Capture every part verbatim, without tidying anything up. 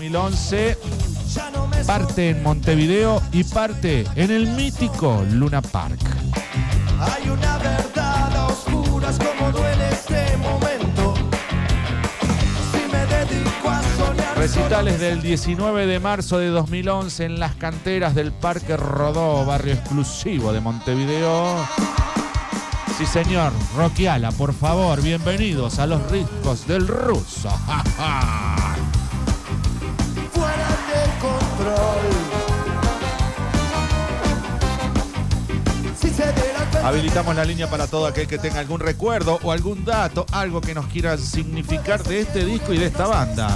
mil once, parte en Montevideo y parte en el mítico Luna Park. Hay una verdad a oscuras como duele este momento. Si me dedico a soñar. Recitales del diecinueve de marzo de dos mil once en las canteras del Parque Rodó, barrio exclusivo de Montevideo. Sí, señor. Rockiala, por favor, bienvenidos a los riscos del ruso. ¡Ja, ja! Fuera de control. Si se diera cuenta. Habilitamos la línea para todo aquel que tenga algún recuerdo o algún dato, algo que nos quiera significar de este disco y de esta banda.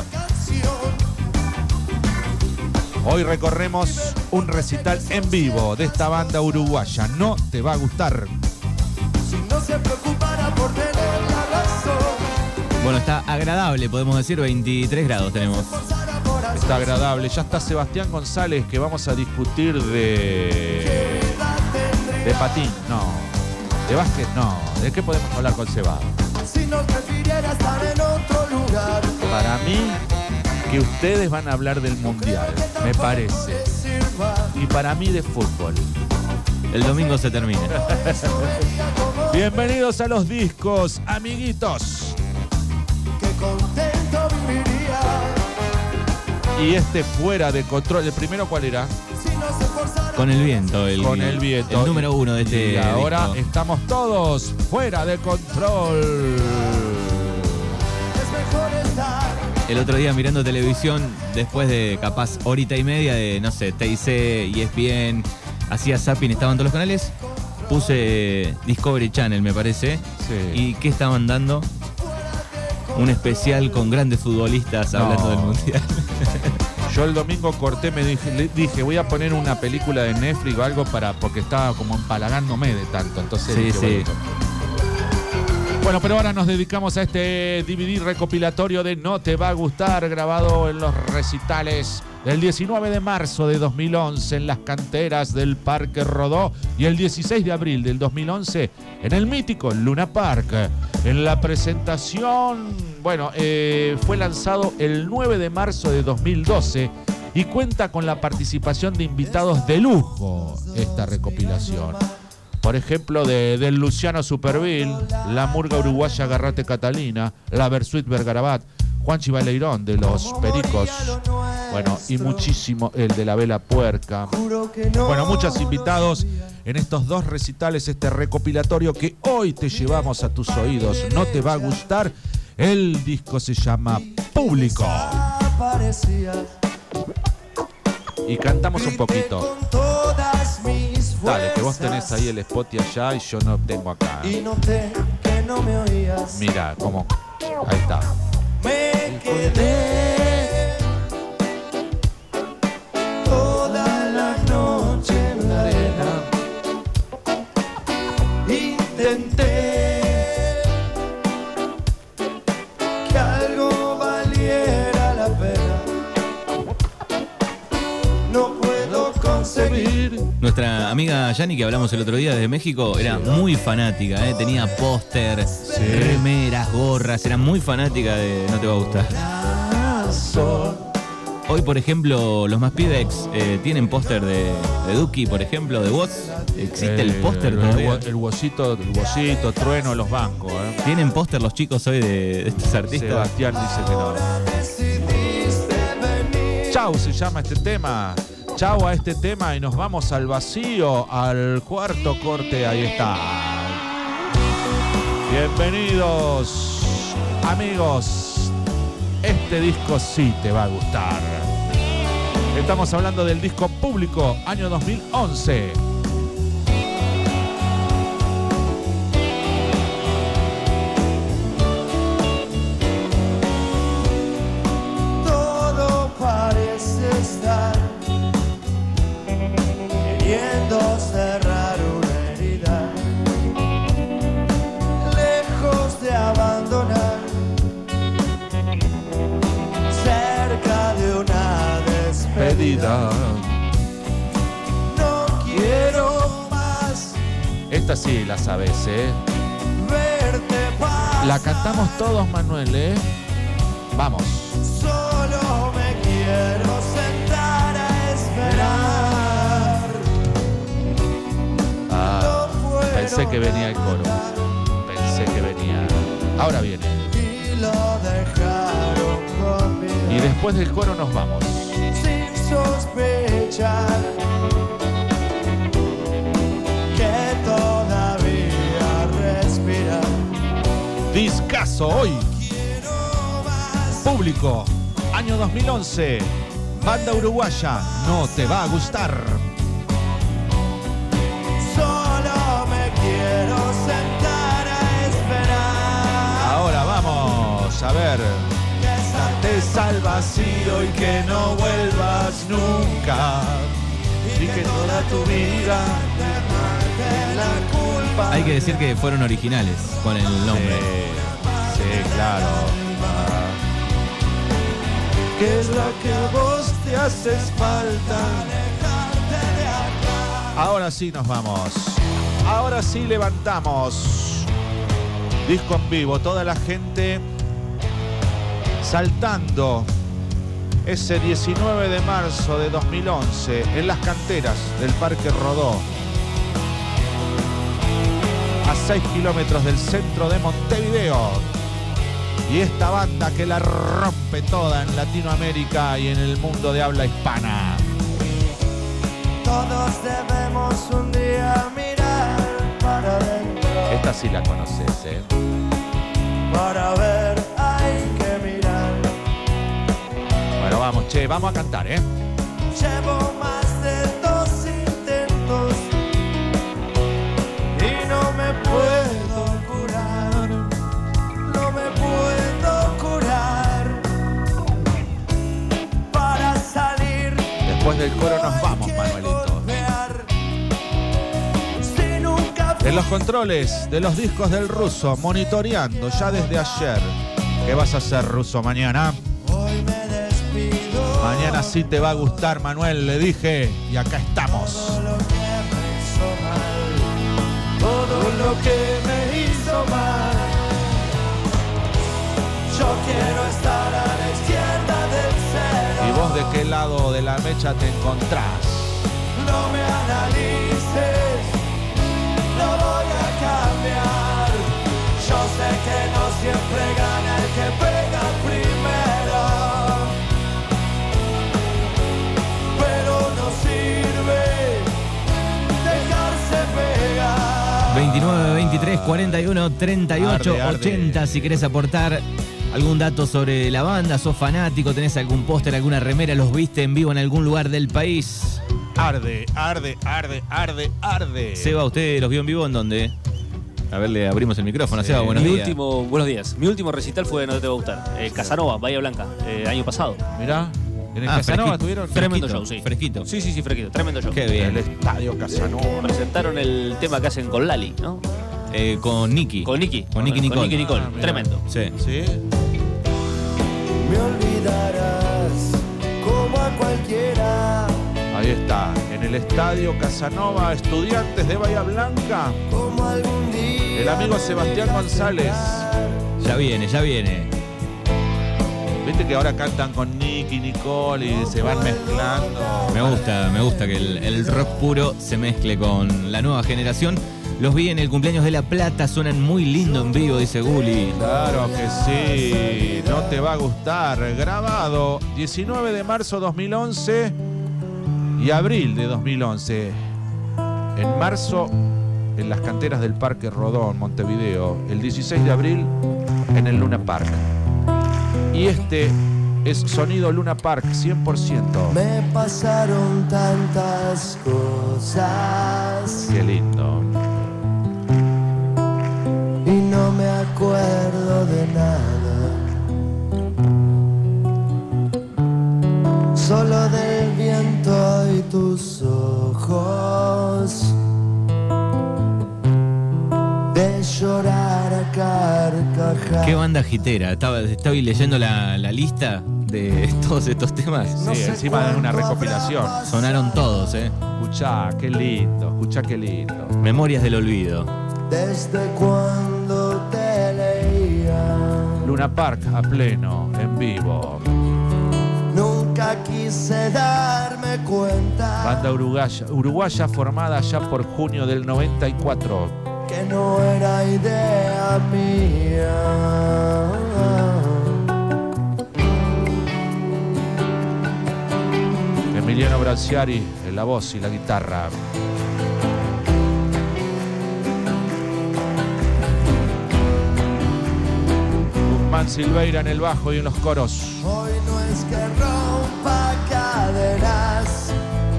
Hoy recorremos un recital en vivo de esta banda uruguaya. No te va a gustar. Si no se preocupara por tener la razón. Bueno, está agradable, podemos decir, veintitrés grados tenemos. Está agradable. Ya está Sebastián González, que vamos a discutir de... de patín, no. De básquet, no. ¿De qué podemos hablar con Seba? Si no prefiriera estar en otro lugar. Para mí, que ustedes van a hablar del Mundial, me parece. Y para mí de fútbol. El domingo se termina. Bienvenidos a los discos, amiguitos. Qué contento viviría. Y este fuera de control. ¿El primero cuál era? Si no se forzara. Con el viento. El, Con el viento. El número uno de este Y ahora disco. estamos todos fuera de control. Es mejor estar. El otro día mirando televisión, después de capaz horita y media de, no sé, T I C, E S P N, hacía zapping, estaban todos los canales, puse Discovery Channel, me parece. Sí. ¿Y qué estaban dando? Un especial con grandes futbolistas No. hablando del Mundial. Yo el domingo corté, me dije, le dije, voy a poner una película de Netflix o algo para, porque estaba como empalagándome de tanto. Entonces Sí, dije, sí. bueno, Bueno, pero ahora nos dedicamos a este D V D recopilatorio de No te va a gustar, grabado en los recitales del diecinueve de marzo de dos mil once en las canteras del Parque Rodó y el dieciséis de abril del dos mil once en el mítico Luna Park. En la presentación, bueno, eh, fue lanzado el nueve de marzo de dos mil doce y cuenta con la participación de invitados de lujo esta recopilación. Por ejemplo, de, del Luciano Superville, la murga uruguaya Agarrate Catalina, la Versuit Vergarabat, Juanchi Baleirón de los Pericos, bueno, y muchísimo el de la Vela Puerca. Bueno, muchos invitados en estos dos recitales, este recopilatorio que hoy te llevamos a tus oídos. No te va a gustar. El disco se llama Público. Y cantamos un poquito. Dale, que vos tenés ahí el spot y allá y yo no tengo acá. Y noté que no me oías. Mira, cómo. Ahí está. Me quedé toda la noche en la arena. Intenté que algo valiera la pena. No puedo concebir. Nuestra amiga Yani, que hablamos el otro día desde México, era muy fanática, ¿eh? Tenía póster, remeras, gorras, era muy fanática de No te va a gustar. Hoy, por ejemplo, los más pidex eh, tienen póster de, de Duki, por ejemplo, de Woz. ¿Existe el, el póster el, todavía? el, el Wozito, el Wozito, Trueno, los bancos. ¿eh? ¿Tienen póster los chicos hoy de, de estos artistas? Sebastián dice que no. Chau se llama este tema. Chau a este tema y nos vamos al vacío, al cuarto corte. Ahí está. Bienvenidos, amigos. Este disco sí te va a gustar. Estamos hablando del disco Público, año dos mil once. Todo parece estar queriendo cerrar una herida, lejos de abandonar, cerca de una despedida. No quiero más Esta sí la sabes, ¿eh? verte pasar. La cantamos todos, Manuel, ¿eh? Vamos. Solo me quiero Pensé que venía el coro. Pensé que venía. Ahora viene. Y lo dejaron conmigo. Y después del coro nos vamos. Sin sospechar que todavía respira. Discaso hoy. Público. Año dos mil once. Banda uruguaya. No te va a gustar. Solo me quiero sentar a esperar. Ahora vamos a ver. Que Te al vacío y que no vuelvas nunca. Y que toda tu vida de la culpa. Hay que decir que fueron originales con el nombre. Sí, sí, claro. Ah. ¿Qué es lo que a vos te haces falta? Ahora sí nos vamos. Ahora sí levantamos. Disco en vivo, toda la gente saltando ese diecinueve de marzo de dos mil once en las canteras del Parque Rodó, a seis kilómetros del centro de Montevideo. Y esta banda que la rompe toda en Latinoamérica y en el mundo de habla hispana. Todos debemos un día mirar para adentro. Esta sí la conoces, ¿eh? Para ver hay que mirar. Bueno, vamos, che, vamos a cantar, ¿eh? Llevo más de dos intentos y no me puedo curar. No me puedo curar. Para salir. Después del coro nos vamos, Manuelito. En los controles de los discos del Ruso, monitoreando ya desde ayer. ¿Qué vas a hacer, Ruso, mañana? Hoy me despido. Mañana sí te va a gustar, Manuel, le dije. Y acá estamos. Todo lo que me hizo mal. Todo lo que me hizo mal. Yo quiero estar a la izquierda del cero. ¿Y vos de qué lado de la mecha te encontrás? No me analices. Lo voy a cambiar. Yo sé que no siempre gana el que pega primero, pero no sirve dejarse pegar. veintinueve, veintitrés, cuarenta y uno, treinta y ocho, Arde, arde. ochenta. Si querés aportar algún dato sobre la banda, sos fanático, tenés algún póster, alguna remera, los viste en vivo en algún lugar del país. Arde, arde, arde, arde, arde. Seba, ¿usted los vio en vivo en dónde? A ver, le abrimos el micrófono. Sí. Seba, buenos Mi días. último, buenos días. Mi último recital fue No te va a gustar. Eh, Casanova, Bahía Blanca, eh, año pasado. Mirá, en el Ah, Casanova fresquito. tuvieron Tremendo Fresquito, show, sí. fresquito. Sí, sí, sí, fresquito. Tremendo show. Qué en el bien. estadio Casanova. Presentaron el tema que hacen con Lali, ¿no? Eh, con Nicky. Con Nicky. Con Nicky Nicole. Con Nicky Nicole. Ah, mira. Tremendo. Sí. ¿Sí? Me olvidarás como a cualquiera, Ahí está, en el estadio Casanova, Estudiantes de Bahía Blanca, como algún día. el amigo Sebastián González. Ya viene, ya viene. Viste que ahora cantan con Nicky, Nicole y se van mezclando. Me gusta, me gusta que el, el rock puro se mezcle con la nueva generación. Los vi en el cumpleaños de La Plata, suenan muy lindo en vivo, dice Guli. Claro que sí, no te va a gustar. Grabado diecinueve de marzo dos mil once y abril de dos mil once. En marzo, en las canteras del Parque Rodó, en Montevideo. El dieciséis de abril, en el Luna Park. Y este es sonido Luna Park, cien por ciento. Me pasaron tantas cosas Qué lindo. y no me acuerdo de nada, solo del viento y tus ojos, de llorar a carcajadas. Qué banda jitera. Estaba, estoy leyendo la, la lista de todos estos temas. Sí, No sé encima de una cuánto recopilación. habrá pasado. Sonaron todos, ¿eh? Escuchá, qué lindo, escuchá qué lindo. Memorias del olvido. Desde cuando te leía, Luna Park a pleno, en vivo. nunca quise darme cuenta. Banda uruguaya, uruguaya formada ya por junio del noventa y cuatro. que no era idea mía. Emiliano Bracciari en la voz y la guitarra. Guzmán Silveira en el bajo y en los coros. Hoy no es que rompa cadenas.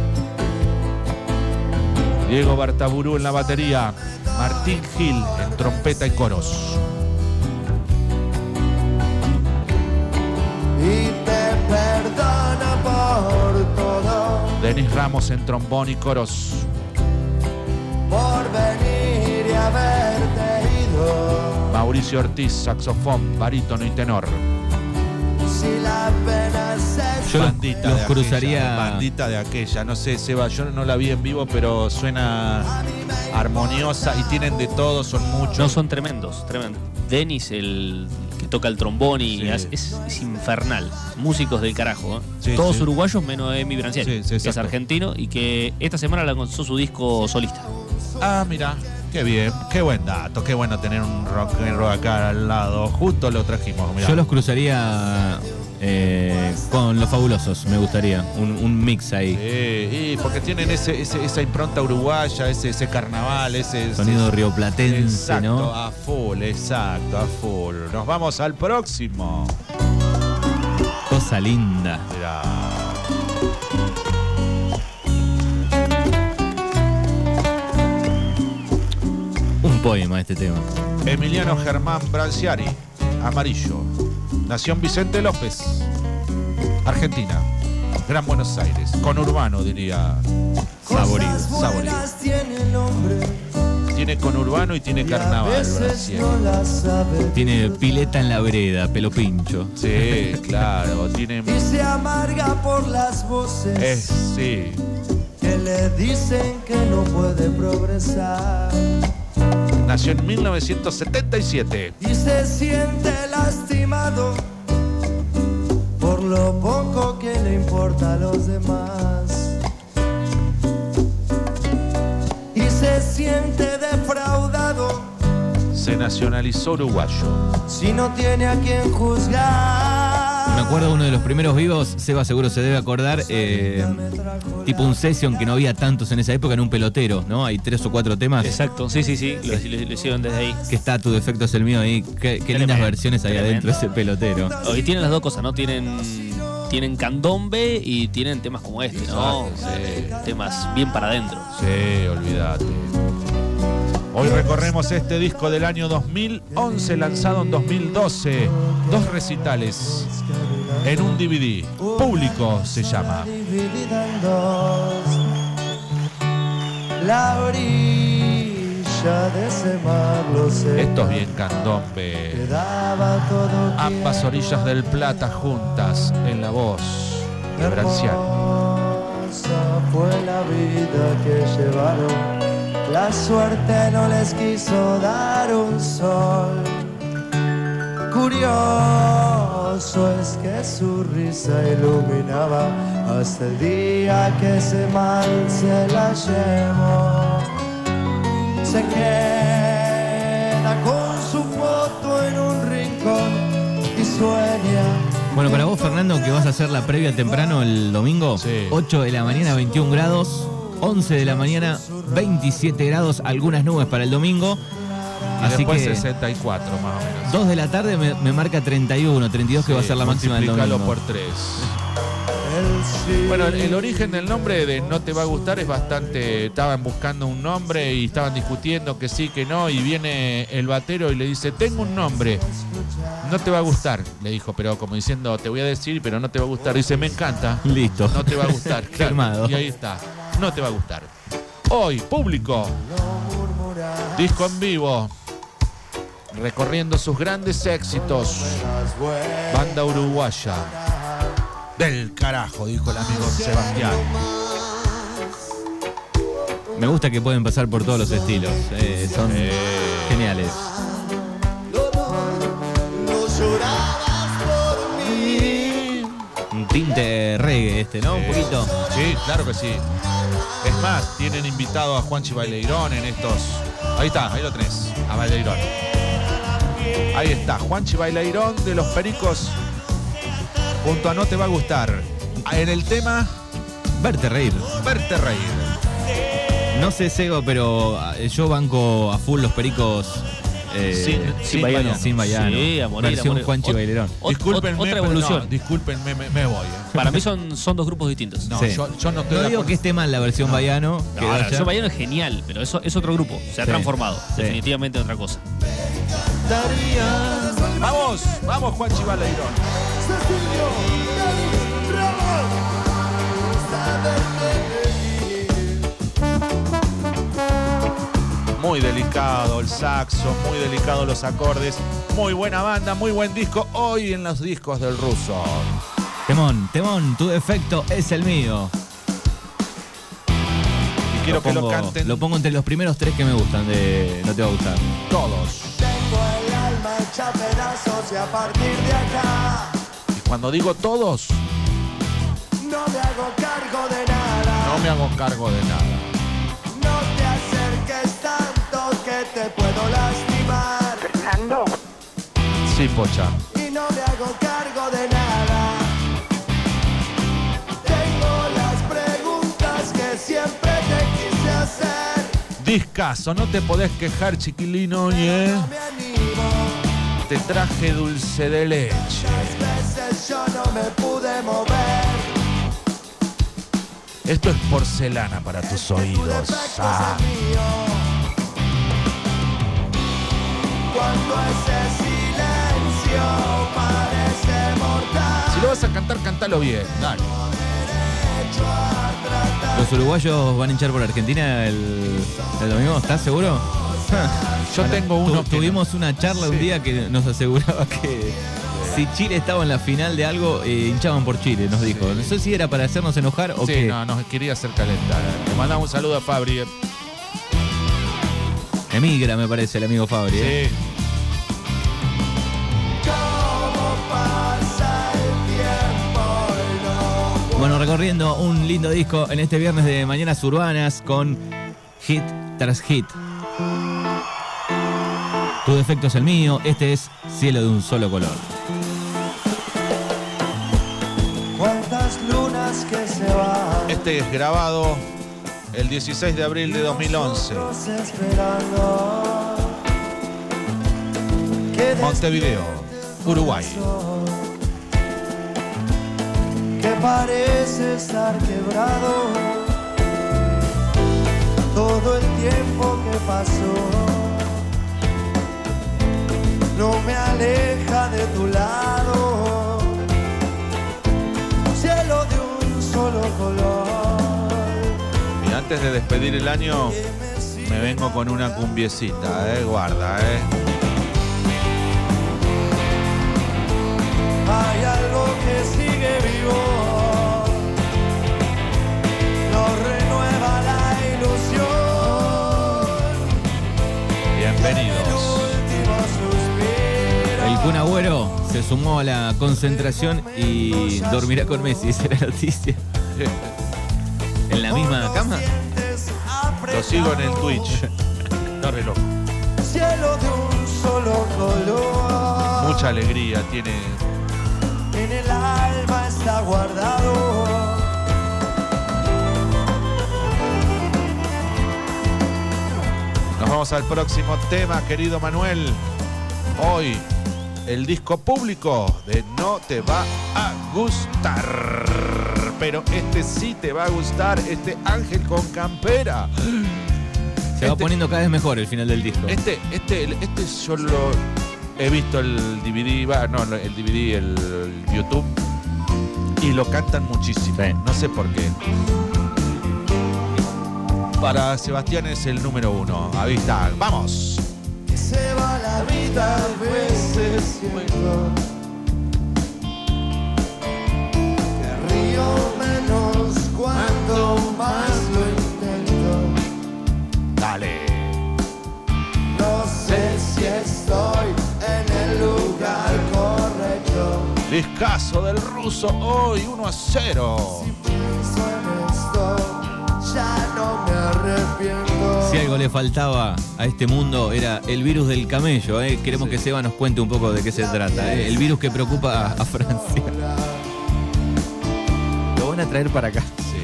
Diego Bartaburú en la batería. Martín Gil en trompeta y coros. Y te perdona por todo, Denis Ramos en trombón y coros. por venir y haberte ido. Mauricio Ortiz, saxofón, barítono y tenor. Si la pena se Yo los- Bandita los de cruzaría- aquella, bandita de aquella, no sé, Seba, yo no la vi en vivo, pero suena armoniosa y tienen de todo, son muchos. No, son tremendos, tremendos. Denis, el que toca el trombón y Sí. hace- es, es infernal. Músicos del carajo, ¿eh? Sí, Todos sí. uruguayos menos Emi Branciari, Sí, sí, que es exacto. argentino y que esta semana lanzó su disco solista. Ah, mira, qué bien, qué buen dato, qué bueno tener un rock and roll acá al lado. Justo lo trajimos, mirá. Yo los cruzaría eh, con Los Fabulosos, me gustaría. Un, un mix ahí. Sí, y porque tienen ese, ese- esa impronta uruguaya, ese, ese carnaval, ese Sonido ese- rioplatense, exacto, ¿no? a full, exacto, a full. Nos vamos al próximo. Cosa linda. Mirá. Un poema este tema. Emiliano Germán Branciari, Amarillo. Nació en Vicente López, Argentina, Gran Buenos Aires, conurbano diría. Saborido. cosas saborido. buenas tiene el hombre. Tiene conurbano y tiene Y a carnaval, veces Branciari. no la sabe. Tiene pileta en la vereda, pelo pincho. Sí, claro, tiene. Y se amarga por las voces Es, sí. que le dicen que no puede progresar. Nació en mil novecientos setenta y siete. Y se siente lastimado por lo poco que le importa a los demás. Y se siente defraudado Se nacionalizó uruguayo. si no tiene a quien juzgar. Me acuerdo uno de los primeros vivos, Seba seguro se debe acordar, eh, tipo un session que no había tantos en esa época, en un pelotero, ¿no? Hay tres o cuatro temas. Exacto, sí, sí, sí, lo, lo- lo hicieron desde ahí. Que está Tu defecto es el mío ahí. Qué, qué lindas Tremendo, versiones hay tremendo. adentro de ese pelotero. Y tienen las dos cosas, ¿no? Tienen, tienen candombe y tienen temas como este, ¿no? Sí. Temas bien para adentro. Sí, olvídate. Hoy recorremos este disco del año dos mil once, lanzado en dos mil doce. Dos recitales en un D V D. Público se llama. Dividida en dos. La orilla de ese mar, lo sé. Esto es bien candombe. Quedaba todo Ambas orillas del Plata juntas en la voz de Branciari. hermosa fue la vida que llevaron. La suerte no les quiso dar un sol. Curioso es que su risa iluminaba hasta el día que ese mal se la llevó. Se queda con su foto en un rincón y sueña. Bueno, para vos, Fernando, que vas a hacer la previa temprano el domingo, Sí. ocho de la mañana, veintiún grados, once de la mañana, veintisiete grados, algunas nubes para el domingo. Y Así después que sesenta y cuatro más o menos. dos de la tarde me, me marca treinta y uno, treinta y dos que va a ser la máxima del Multiplícalo domingo. por tres. El sí. Bueno, el, el origen del nombre de No Te Va a Gustar es bastante... Estaban buscando un nombre y estaban discutiendo que sí, que no, y viene el batero y le dice, tengo un nombre, no te va a gustar, le dijo, pero como diciendo, te voy a decir, pero no te va a gustar. Dice, me encanta, Listo. no te va a gustar. Claro. Firmado. Y ahí está, no te va a gustar. Hoy, público, disco en vivo, recorriendo sus grandes éxitos, banda uruguaya. Del carajo, dijo el amigo Sebastián. Me gusta que pueden pasar por todos los estilos. eh, son Eh. geniales. No llorabas por mí. Un tinte reggae este, ¿no? Un poquito. Sí, claro que sí. Es más, tienen invitado a Juanchi Baileirón en estos Ahí está, ahí lo tenés, a Baileirón. Ahí está, Juanchi Baileirón de Los Pericos junto a No Te Va a Gustar. En el tema, Verte reír. Verte reír. No sé, Sego, pero yo banco a full Los Pericos. Eh, Sin- sin Baiano. Sin Baiano. Sí, a morir, a Versión morir. Juanchi Ot- Baileirón. Ot- Discúlpenme, otra pero evolución. no, discúlpenme, me, me voy. eh. Para mí son, son dos grupos distintos. No, Sí. yo, yo no estoy No de digo acuerdo. que esté mal la versión Baiano. que No, la vaya- versión Baiano es genial, pero eso es otro grupo. Se ha Sí. transformado. Sí. Definitivamente otra cosa. Vamos, vamos, Juanchi Baileirón. Muy delicado el saxo, muy delicado los acordes. Muy buena banda, muy buen disco. Hoy en los discos del ruso. Temón, temón, tu defecto es el mío. Y quiero que lo pongo, canten Lo pongo entre los primeros tres que me gustan de No Te Va a Gustar. todos. Tengo el alma hecha pedazos y a partir de acá Y cuando digo todos, no me hago cargo de nada. no me hago cargo de nada. No te acerques tanto que te puedo lastimar. Fernando, Sí, Pocha. Y no me hago cargo de nada. Tengo las preguntas que siempre te quise hacer. Discaso, no te podés quejar, chiquilino, ¿eh? No me animo. Te traje dulce de leche. Muchas veces yo no me pude mover. Esto es porcelana para tus Tu oídos. defecto Ah. es el mío. Cuando ese silencio parece mortal. Si lo vas a cantar, cantalo bien. Dale. Derecho a tratar. ¿Los uruguayos van a hinchar por Argentina el, el domingo? ¿Estás seguro? Yo tengo uno Tu- que Tuvimos una charla un Sí. día que nos aseguraba que si Chile estaba en la final de algo, eh, hinchaban por Chile, nos dijo. No sé si era para hacernos enojar o Sí, qué. no, nos quería hacer calentar. Le mandamos un saludo a Fabri. eh. Emigra, me parece, el amigo Fabri. ¿eh? Sí. Cómo pasa el tiempo y no Bueno, recorriendo un lindo disco en este viernes de Mañanas Urbanas con hit tras hit. Tu defecto es el mío, este es Cielo de un solo color. cuántas lunas que se van. Este es grabado el dieciséis de abril de dos mil once. Nosotros esperando que Montevideo, Uruguay. que parece estar quebrado todo el tiempo que pasó no me aleja de tu lado, cielo de un solo color. Y antes de despedir el año, me vengo con una cumbiecita, eh. Guarda, eh. Hay algo que sigue vivo, nos renueva la ilusión. Bienvenidos. El último suspiro. El Kun Agüero se sumó a la concentración y dormirá con Messi, esa es la noticia. ¿En la misma cama? Lo sigo en el Twitch. No reloj. Cielo de un solo color. Mucha alegría tiene. En el alma está guardado. Nos vamos al próximo tema, querido Manuel. Hoy, el disco público de No Te Va a Gustar. Pero este sí te va a gustar, este Ángel con Campera. Se va Este- poniendo cada vez mejor el final del disco. Este, este, este yo lo he visto el D V D, va, no, el D V D, el YouTube, y lo cantan muchísimo. Sí. No sé por qué. Para Sebastián es el número uno. Ahí está. ¡Vamos! Se va la vida a veces siento que río menos cuando más lo intento. Dale. No sé si estoy en el lugar correcto. Discazo del ruso hoy, uno a cero. Si pienso en esto, ya no me arrepiento. Si algo le faltaba a este mundo era el virus del camello, ¿eh? Queremos Sí. que Seba nos cuente un poco de qué se trata, ¿eh? El virus que preocupa a, a Francia. Lo van a traer para acá. Sí.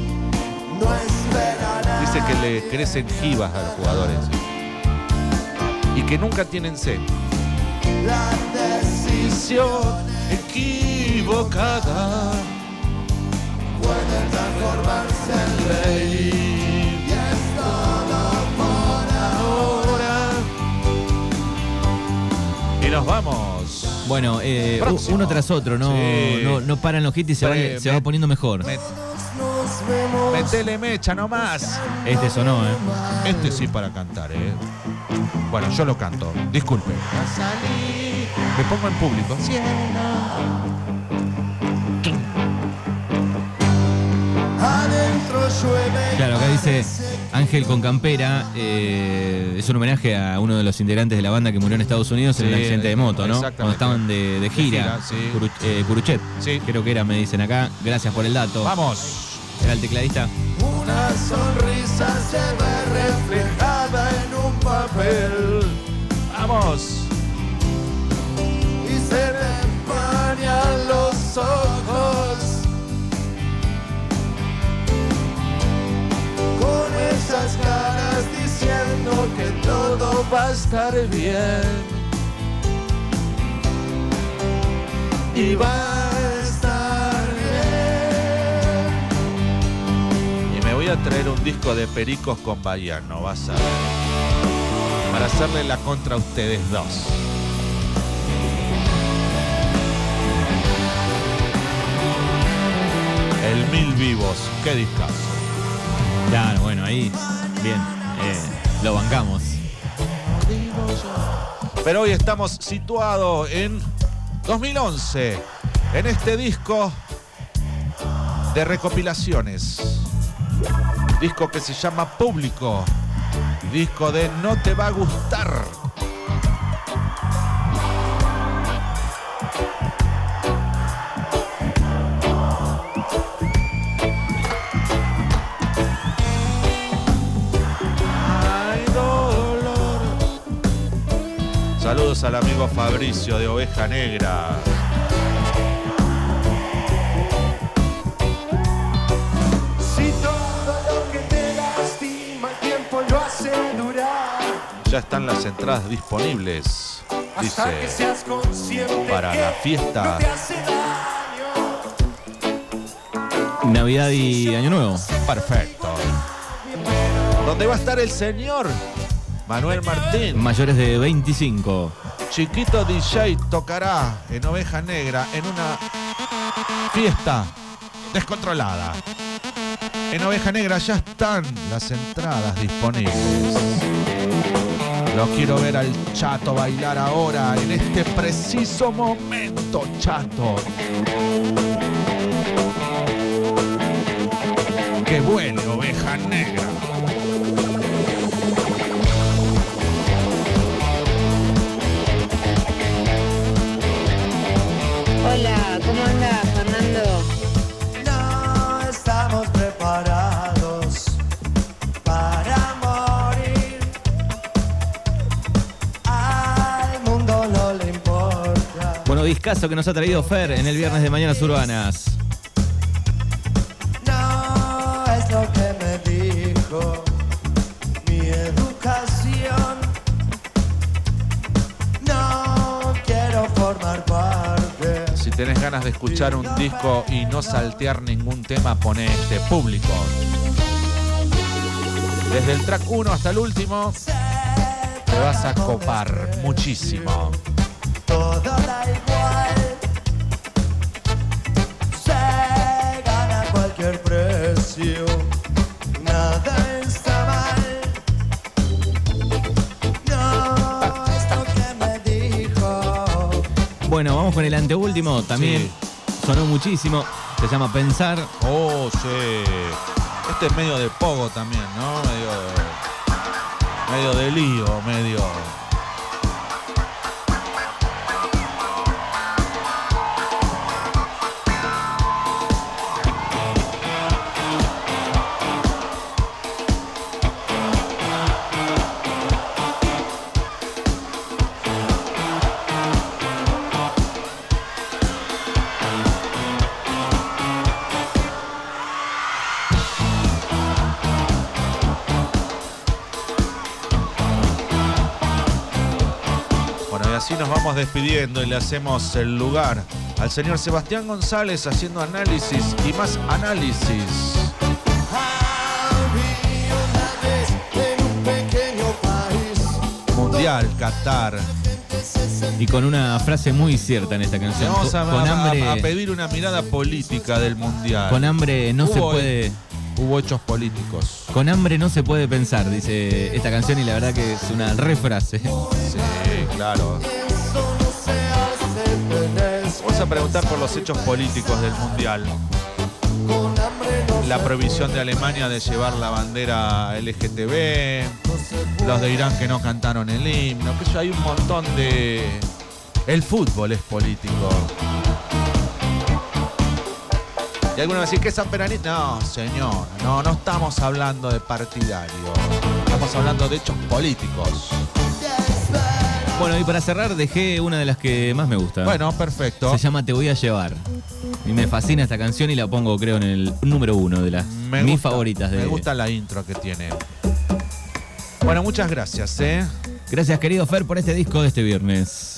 Dice que le crecen jibas a los jugadores. ¿Sí? Y que nunca tienen sed. La decisión equivocada puede transformarse en ley. Y es todo por ahora. Y nos vamos. Bueno, eh, Próximo. uno tras otro, no, Sí. no, no paran los hits y se, van- Pre- se va met- poniendo mejor. Met- Metele mecha nomás. Este sonó, ¿eh? Este sí para cantar, ¿eh? Bueno, yo lo canto. Disculpe. Me pongo en público. Adentro llueve. Claro, acá dice Ángel con campera. eh, es un homenaje a uno de los integrantes de la banda que murió en Estados Unidos en Sí, un accidente de moto, ¿no? exactamente. Cuando estaban de, de gira. gira, sí. Curu- eh, Curuchet, Sí. creo que era, me dicen acá. Gracias por el dato. Vamos. Era el tecladista. Una sonrisa se ve reflejada en un papel Vamos. y se le empañan los ojos con esas caras diciendo que todo va a estar bien y va a estar bien. Y me voy a traer un disco de Pericos con Bahiano, vas a ver. Para hacerle la contra a ustedes dos. El Mil Vivos, qué discazo. Claro, bueno, ahí. Bien. eh, lo bancamos. Pero hoy estamos situados en dos mil once, en este disco de recopilaciones. Disco que se llama Público. Disco de No Te Va a Gustar. Ay, dolor. Saludos al amigo Fabricio de Oveja Negra. Si todo lo que te lastima el tiempo lo hace durar Ya están las entradas disponibles. hasta que Dice, seas consciente para que la fiesta. no te hace daño. Navidad y Año Nuevo. Perfecto. ¿Dónde va a estar el señor Manuel Martín? Mayores de veinticinco. Chiquito D J tocará en Oveja Negra en una fiesta descontrolada. En Oveja Negra ya están las entradas disponibles. Lo quiero ver al Chato bailar ahora, en este preciso momento, Chato. Que vuele Oveja Negra. Hola, ¿cómo andas, Fernando? No estamos preparados para morir. Al mundo no le importa. Bueno, discazo que nos ha traído Fer en el viernes de Mañanas Urbanas. No es lo que me dijo mi educación. No quiero formar parte. Si tenés ganas de escuchar un disco y no saltear ningún tema, poné este Público. Desde el track uno hasta el último, te vas a copar muchísimo. Todo da igual. Se gana a cualquier precio. Nada está mal. No es lo que me dijo. Bueno, vamos con el anteúltimo. También sonó muchísimo. Se llama Pensar. Oh, sí. Este es medio de pogo también, ¿no? Medio de, medio de lío, medio... así nos vamos despidiendo y le hacemos el lugar al señor Sebastián González haciendo análisis y más análisis. Mundial, Qatar. Y con una frase muy cierta en esta canción. Vamos a, con a- hambre, a pedir una mirada política del Mundial. con hambre no se Hubo- puede. Hubo hechos políticos. Con hambre no se puede pensar, dice esta canción, y la verdad que es una re frase. Sí, claro. Vamos a preguntar por los hechos políticos del Mundial. La prohibición de Alemania de llevar la bandera L G T B, los de Irán que no cantaron el himno, que eso hay un montón de... El fútbol es político. Y algunos van a decir que es San Peranista. No, señor, no, no estamos hablando de partidario. Estamos hablando de hechos políticos. Bueno, y para cerrar dejé una de las que más me gusta. Bueno, perfecto. Se llama Te voy a llevar. Y me fascina esta canción y la pongo, creo, en el número uno de las Me mis gusta, favoritas. De... Me gusta la intro que tiene. Bueno, muchas gracias, ¿eh? Gracias, querido Fer, por este disco de este viernes.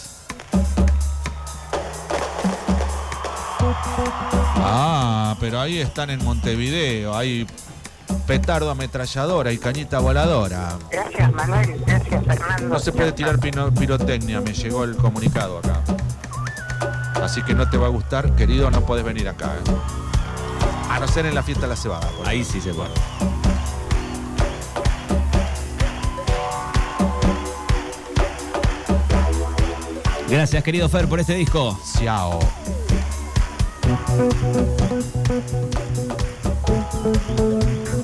Ah, pero ahí están en Montevideo. Hay petardo ametralladora y cañita voladora. Gracias, Manuel. Gracias, Fernando. No se puede tirar pino- pirotecnia, me llegó el comunicado acá. Así que no te va a gustar, querido, no puedes venir acá. ¿eh? A no ser en la fiesta de la cebada. por Ahí sí se puede. Gracias, querido Fer, por este disco. Ciao. Thank you.